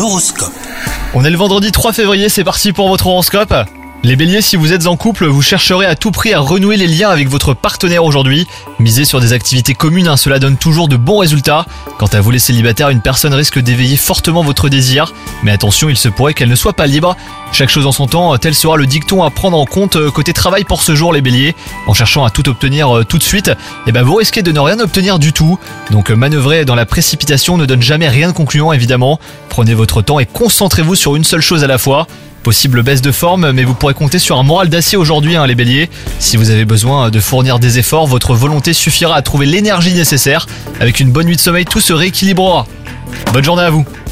L'horoscope. On est le vendredi 3 février, c'est parti pour votre horoscope. Les béliers, si vous êtes en couple, vous chercherez à tout prix à renouer les liens avec votre partenaire aujourd'hui. Misez sur des activités communes, cela donne toujours de bons résultats. Quant à vous les célibataires, une personne risque d'éveiller fortement votre désir. Mais attention, il se pourrait qu'elle ne soit pas libre. Chaque chose en son temps, tel sera le dicton à prendre en compte côté travail pour ce jour les béliers. En cherchant à tout obtenir tout de suite, vous risquez de ne rien obtenir du tout. Donc manœuvrer dans la précipitation ne donne jamais rien de concluant évidemment. Prenez votre temps et concentrez-vous sur une seule chose à la fois. Possible baisse de forme, mais vous pourrez compter sur un moral d'acier aujourd'hui les béliers. Si vous avez besoin de fournir des efforts, votre volonté suffira à trouver l'énergie nécessaire. Avec une bonne nuit de sommeil, tout se rééquilibrera. Bonne journée à vous.